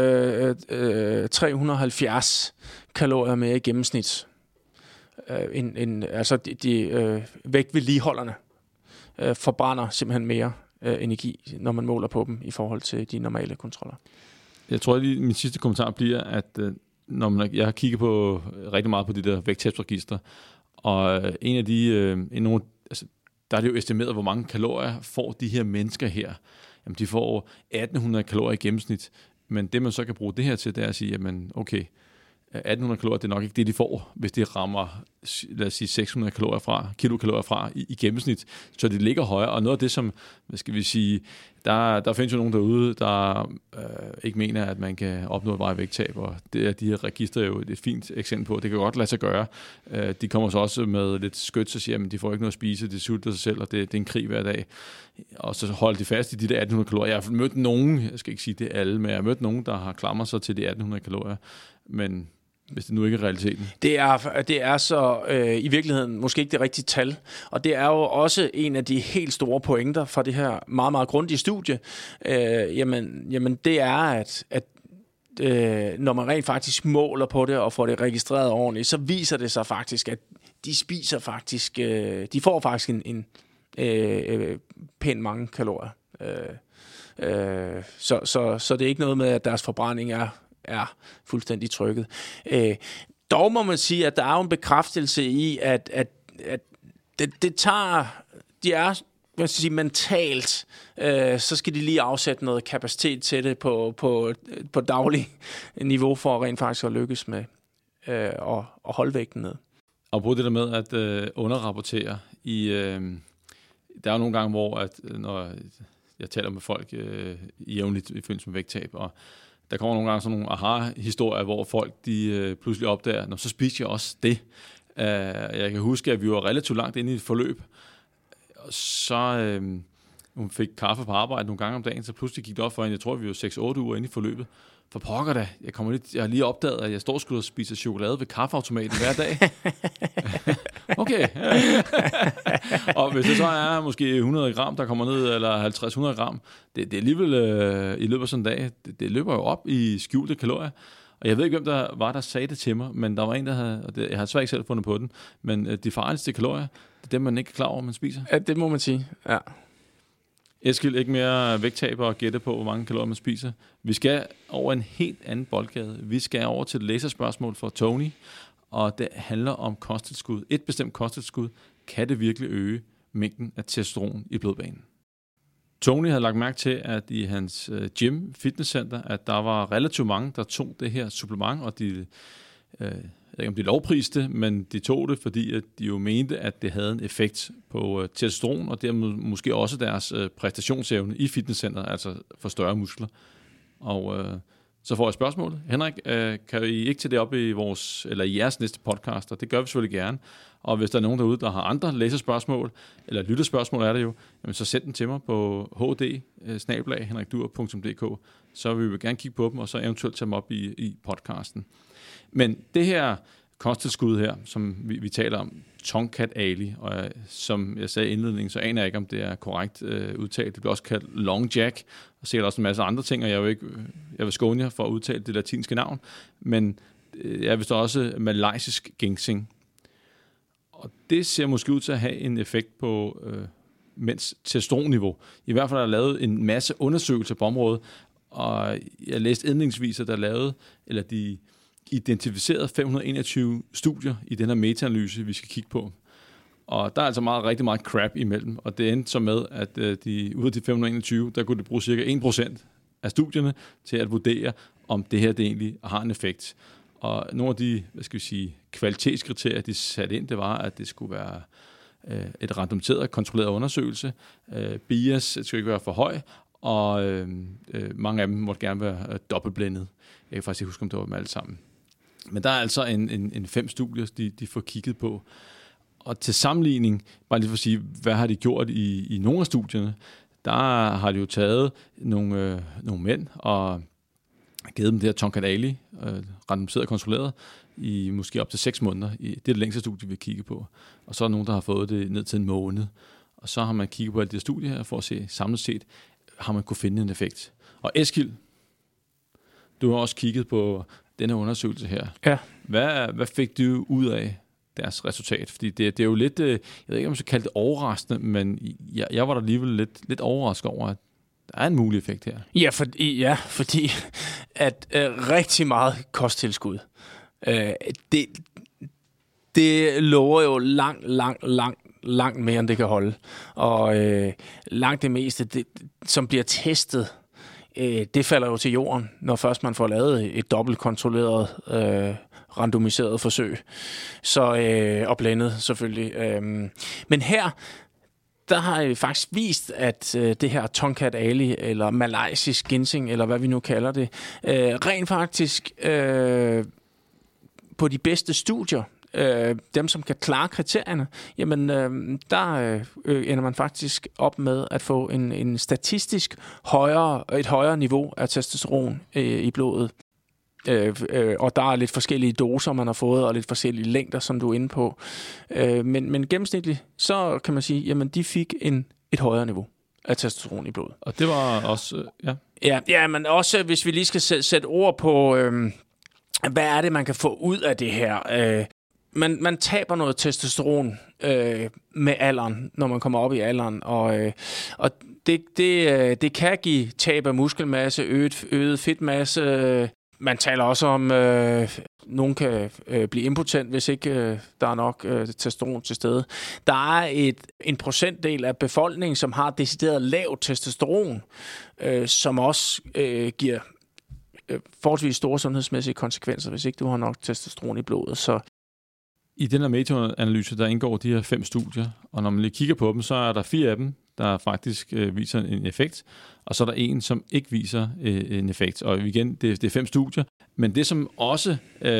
370 kalorier mere i gennemsnit. Altså de vægtvedligeholderne forbrænder simpelthen mere energi, når man måler på dem i forhold til de normale kontroller. Jeg tror lige, min sidste kommentar bliver, at jeg har kigget på rigtig meget på de der vægttabsregister, og en af de, der er det jo estimeret, hvor mange kalorier får de her mennesker her. Jamen, de får 1800 kalorier i gennemsnit. Men det, man så kan bruge det her til, det er at sige, jamen, okay, 1800 kalorier, det er nok ikke det, de får, hvis de rammer, lad os sige, 600 kilokalorier fra i gennemsnit. Så de ligger højere. Og noget af det, som, hvad skal vi sige, der findes jo nogen derude, der ikke mener, at man kan opnå et varigt vægttab, og det er de her register jo et fint eksempel på. Det kan godt lade sig gøre. De kommer så også med lidt skyts og siger, at de får ikke noget at spise, de sulter sig selv, og det er en krig hver dag. Og så holder de fast i de der 1800 kalorier. Jeg har mødt nogen, jeg skal ikke sige det alle, men jeg har mødt nogen, der har klamret sig til de 1800 kalorier, men hvis det nu ikke er realiteten. Det er så i virkeligheden måske ikke det rigtige tal, og det er jo også en af de helt store pointer fra det her meget, meget grundige studie. Jamen det er, at når man rent faktisk måler på det og får det registreret ordentligt, så viser det sig faktisk, at de spiser faktisk, de får faktisk en pænt mange kalorier. Så det er ikke noget med, at deres forbrænding er fuldstændig trykket. Dog må man sige, at der er jo en bekræftelse i, at det tager, de er, hvad skal jeg sige, mentalt, så skal de lige afsætte noget kapacitet til det på daglig niveau, for at rent faktisk at lykkes med at holde vægten ned. Og på det der med at underrapportere der er jo nogle gange, hvor at, når jeg taler med folk jævnligt i forbindelse med vægttab, og der kommer nogle gange sådan nogle aha-historier, hvor folk de pludselig opdager, så spiser jeg også det. Jeg kan huske, at vi var relativt langt inde i et forløb, og så hun fik kaffe på arbejde nogle gange om dagen, så pludselig gik det op for hende, jeg tror, vi var 6-8 uger inde i forløbet. For pokker da, jeg har lige opdaget, at jeg står sgu og spiser chokolade ved kaffeautomaten hver dag. Okay. Og hvis det så er måske 100 gram, der kommer ned, eller 50-100 gram, det er alligevel i løbet af sådan en dag, det løber jo op i skjulte kalorier. Og jeg ved ikke, hvem der var, der sagde det til mig, men der var en, der havde, og jeg har svært ikke selv fundet på den, men de farligste kalorier, det er dem, man ikke er klar over, man spiser. Ja, det må man sige, ja. Eskild, ikke mere vægttab og gætte på, hvor mange kalorier man spiser. Vi skal over en helt anden boldgade. Vi skal over til et læserspørgsmål fra Tony, og det handler om kosttilskud. Et bestemt kosttilskud, kan det virkelig øge mængden af testosteron i blodbanen? Tony havde lagt mærke til, at i hans gym, fitnesscenter, at der var relativt mange, der tog det her supplement, og de, jeg ved ikke om de lovpriste, men de tog det, fordi at de jo mente, at det havde en effekt på testosteron, og dermed måske også deres præstationsevne i fitnesscenteret, altså for større muskler. Og så får jeg spørgsmålet. Henrik, kan I ikke tage det op i i jeres næste podcast? Og det gør vi selvfølgelig gerne. Og hvis der er nogen derude, der har andre læserspørgsmål, eller lytterspørgsmål er det jo, jamen så send dem til mig på hd@henrikdur.dk, så vil vi gerne kigge på dem, og så eventuelt tage dem op i podcasten. Men det her kosttilskud her, som vi taler om, Tongkat Ali, og som jeg sagde i indledningen, så aner jeg ikke, om det er korrekt udtalt. Det bliver også kaldt Long Jack, og sikkert også en masse andre ting, og jeg vil skåne jer for at udtale det latinske navn, men jeg vil så også malaysisk ginseng. Og det ser måske ud til at have en effekt på mænds testosteronniveau. I hvert fald er der lavet en masse undersøgelser på området, og jeg læste indledningsvis, at de identificeret 521 studier i den her meta-analyse, vi skal kigge på. Og der er altså rigtig meget crap imellem, og det endte så med, at ud af de 521, der kunne de bruge cirka 1% af studierne til at vurdere, om det her det egentlig har en effekt. Og nogle af de, kvalitetskriterier, de satte ind, det var, at det skulle være et randomiseret, kontrolleret undersøgelse. Bias skulle ikke være for høj, og mange af dem måtte gerne være dobbeltblændet. Jeg kan faktisk ikke huske, om det var dem alle sammen. Men der er altså en 5 studier, de får kigget på. Og til sammenligning, bare lige for at sige, hvad har de gjort i nogle af studierne, der har de jo taget nogle mænd og givet dem det her Tongkat Ali, randomiseret og kontrolleret, i måske op til 6 måneder. Det er det længste studie, vi kigger på. Og så er der nogen, der har fået det ned til en måned. Og så har man kigget på alle de her studier her, for at se samlet set, har man kunne finde en effekt. Og Eskild, du har også kigget på denne undersøgelse her. Ja. Hvad fik du ud af deres resultat? Fordi det er jo lidt, jeg ved ikke, om jeg skal kalde det overraskende, men jeg var da alligevel lidt overrasket over, at der er en mulig effekt her. Fordi at rigtig meget kosttilskud, det lover jo langt langt mere, end det kan holde. Og langt det meste, det, som bliver testet, det falder jo til jorden, når først man får lavet et dobbeltkontrolleret, randomiseret forsøg. Så, og blandet selvfølgelig. Men her, der har jeg faktisk vist, at det her Tongkat Ali, eller malaysisk ginseng, eller hvad vi nu kalder det, rent faktisk på de bedste studier, dem som kan klare kriterierne, jamen der ender man faktisk op med at få en statistisk et højere niveau af testosteron i blodet. Og der er lidt forskellige doser, man har fået, og lidt forskellige længder, som du er inde på. Men gennemsnitligt, så kan man sige, jamen de fik et højere niveau af testosteron i blodet. Og det var også, Ja, men også hvis vi lige skal sætte ord på, hvad er det, man kan få ud af det her? Man taber noget testosteron med alderen, når man kommer op i alderen, og det kan give tab af muskelmasse, øget fedtmasse. Man taler også om, nogen kan blive impotent, hvis ikke der er nok testosteron til stede. Der er en procentdel af befolkningen, som har decideret lavt testosteron, som også giver forholdsvis store sundhedsmæssige konsekvenser, hvis ikke du har nok testosteron i blodet. Så i den her meta-analyse, der indgår de her 5 studier, og når man lige kigger på dem, så er der 4 af dem, der faktisk viser en effekt, og så er der en, som ikke viser en effekt. Og igen, det er 5 studier, men det som også,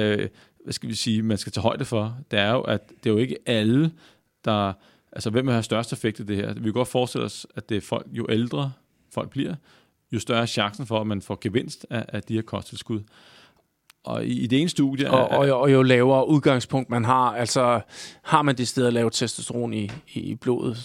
man skal tage højde for, det er jo, at det er jo ikke alle, der, altså hvem har størst effekt af det her. Vi kan godt forestille os, at det er folk, jo ældre folk bliver, jo større er chancen for, at man får gevinst af de her kosttilskud. Og i det ene studie... Og jo lavere udgangspunkt man har, altså har man det sted at lave testosteron i blodet,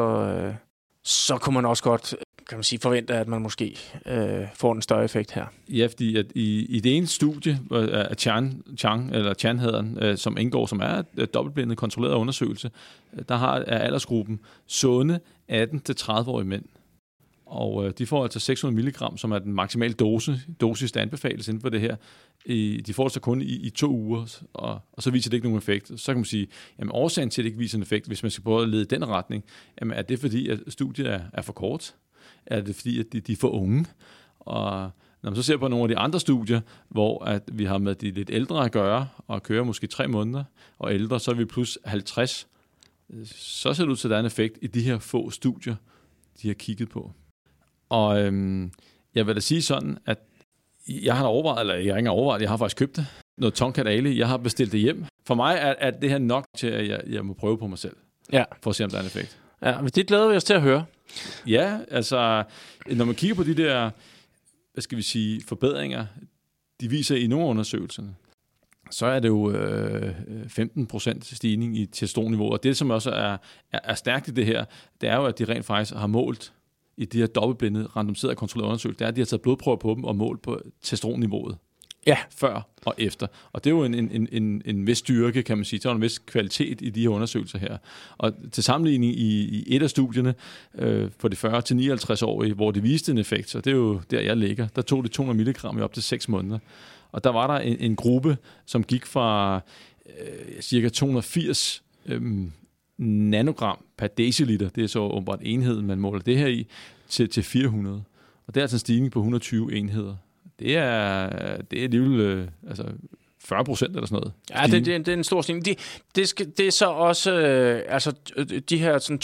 så kunne man også godt, kan man sige, forvente, at man måske får en større effekt her. Ja, fordi at i det ene studie af Chan hedder den, som indgår, som er et dobbeltblindet kontrolleret undersøgelse, der er aldersgruppen sunde 18-30-årige mænd. Og de får altså 600 milligram, som er den maksimale dosis, der anbefales inden for det her. De får det så kun i 2 uger, og så viser det ikke nogen effekt. Så kan man sige, at årsagen til, at det ikke viser en effekt, hvis man skal prøve at lede den retning, jamen, er det fordi, at studiet er for kort? Er det fordi, at de er for unge? Og når man så ser på nogle af de andre studier, hvor at vi har med de lidt ældre at gøre, og kører måske 3 måneder, og ældre, så er vi plus 50, så ser det ud til, at der er en effekt i de her få studier, de har kigget på. Og jeg vil da sige sådan, at jeg har overvejet, eller jeg har ikke overvejet, jeg har faktisk købt det. Noget Tongkat Ali, jeg har bestilt det hjem. For mig er det her nok til, at jeg må prøve på mig selv. Ja. For at se, om der er en effekt. Ja, men det glæder vi os til at høre. Ja, altså, når man kigger på de der, forbedringer, de viser i nogle af undersøgelserne, så er det jo 15% stigning i testosteronniveau. Og det, som også er stærkt i det her, det er jo, at de rent faktisk har målt i de her dobbeltblindede, randomiserede kontrollerede undersøgelser, det er, at de har taget blodprøver på dem og målt på testosteronniveauet. Ja. Før og efter. Og det er jo en vis styrke, kan man sige. Der er en vis kvalitet i de her undersøgelser her. Og til sammenligning i et af studierne for de 40-59-årige, hvor det viste en effekt, så det er jo der, jeg ligger, der tog det 200 milligram i op til 6 måneder. Og der var der en gruppe, som gik fra cirka 280 nanogram per deciliter, det er så åbenbart enheden, man måler det her i, til 400. Og det er altså en stigning på 120 enheder. Det er alligevel 40% eller sådan noget. Ja, det er en stor stigning. Det er så også, de her sådan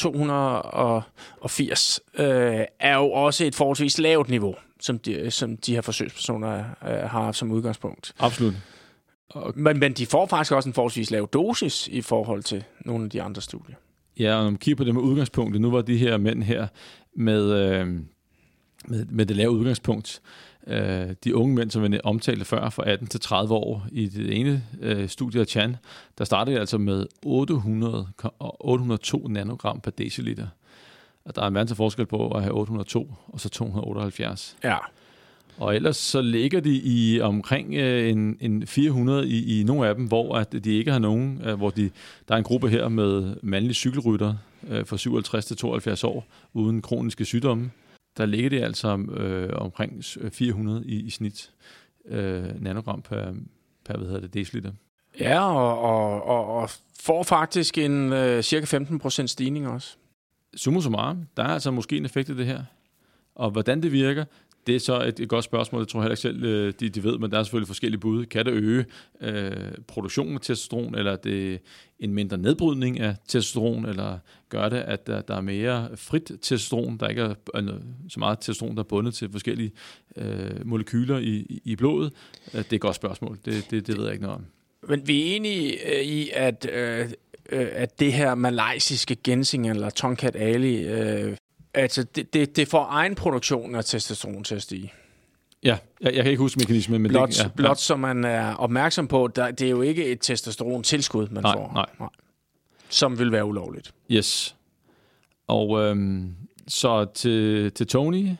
280 er jo også et forholdsvis lavt niveau, som de her forsøgspersoner har som udgangspunkt. Absolut. Men de får faktisk også en forholdsvis lav dosis i forhold til nogle af de andre studier. Ja, og når man kigger på det med udgangspunktet, nu var de her mænd her med det lave udgangspunkt, de unge mænd, som vi omtalte før, fra 18 til 30 år, i det ene studie af Chan, der startede altså med 802 nanogram per deciliter. Og der er en masse forskel på at have 802 og så 278. Ja. Og ellers så ligger de i omkring en 400 i nogle af dem, hvor at de ikke har nogen, hvor der er en gruppe her med mandlige cykelrytter fra 57 til 72 år, uden kroniske sygdomme. Der ligger det altså omkring 400 i snit nanogram per deciliter. Ja, og får faktisk en cirka 15% stigning også. Summa summarum, der er altså måske en effekt af det her. Og hvordan det virker, det er så et godt spørgsmål. Jeg tror heller ikke selv, de ved, men der er selvfølgelig forskellige bud. Kan det øge produktionen af testosteron, eller er det en mindre nedbrydning af testosteron, eller gør det, at der er mere frit testosteron, der ikke er så meget testosteron, der er bundet til forskellige molekyler i blodet? Det er et godt spørgsmål. Det ved jeg ikke noget om. Men vi er enige i, at det her malaysiske ginseng, eller Tongkat Ali, altså det får egen produktion af testosteron til at stige. Ja, jeg kan ikke huske mekanismen, men blot så man er opmærksom på, det er jo ikke et testosteron-tilskud, man får. Nej. Som vil være ulovligt. Yes. Og så til Tony,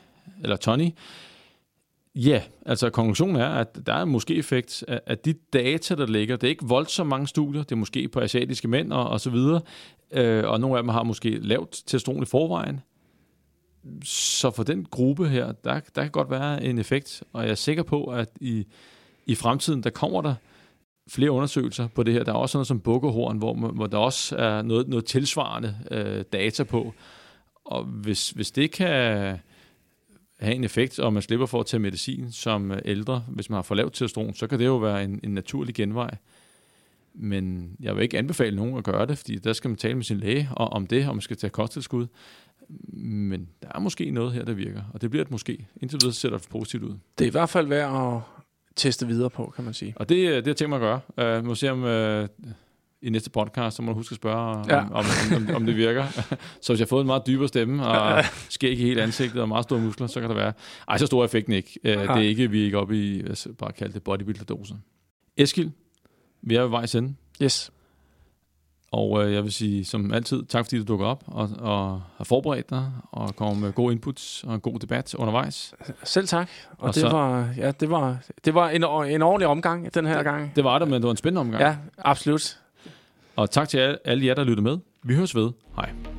ja, altså konklusionen er, at der er måske effekt af de data, der ligger. Det er ikke voldsomt mange studier, det er måske på asiatiske mænd og så videre, og nogle af dem har måske lavt testosteron i forvejen. Så for den gruppe her, der kan godt være en effekt, og jeg er sikker på, at i fremtiden, der kommer der flere undersøgelser på det her. Der er også noget som bukkehorn, hvor der også er noget tilsvarende data på. Og hvis det kan have en effekt, og man slipper for at tage medicin som ældre, hvis man har for lavt testosteron, så kan det jo være en naturlig genvej. Men jeg vil ikke anbefale nogen at gøre det, fordi der skal man tale med sin læge om det, og man skal tage kosttilskud. Men der er måske noget her, der virker, og det bliver et måske. Indtil videre ser det positivt ud. Det er i hvert fald værd at teste videre på, kan man sige. Og det har jeg tænkt mig at gøre. Må se om i næste podcast, så må du huske at spørge, om det virker. Så hvis jeg har fået en meget dybere stemme, og skæg i hele ansigtet, og meget store muskler, så kan der være... Ej, så stor er effekten ikke. Det er ikke, vi er ikke oppe i, bare kalde det bodybuilder-doser. Eskild, vi er ved vejs ende. Yes. Og jeg vil sige, som altid, tak fordi du dukker op og har forberedt dig og kommer med gode inputs og en god debat undervejs. Selv tak. Og det var en ordentlig omgang den her gang. Det var det, men det var en spændende omgang. Ja, absolut. Og tak til alle jer, der lyttede med. Vi høres ved. Hej.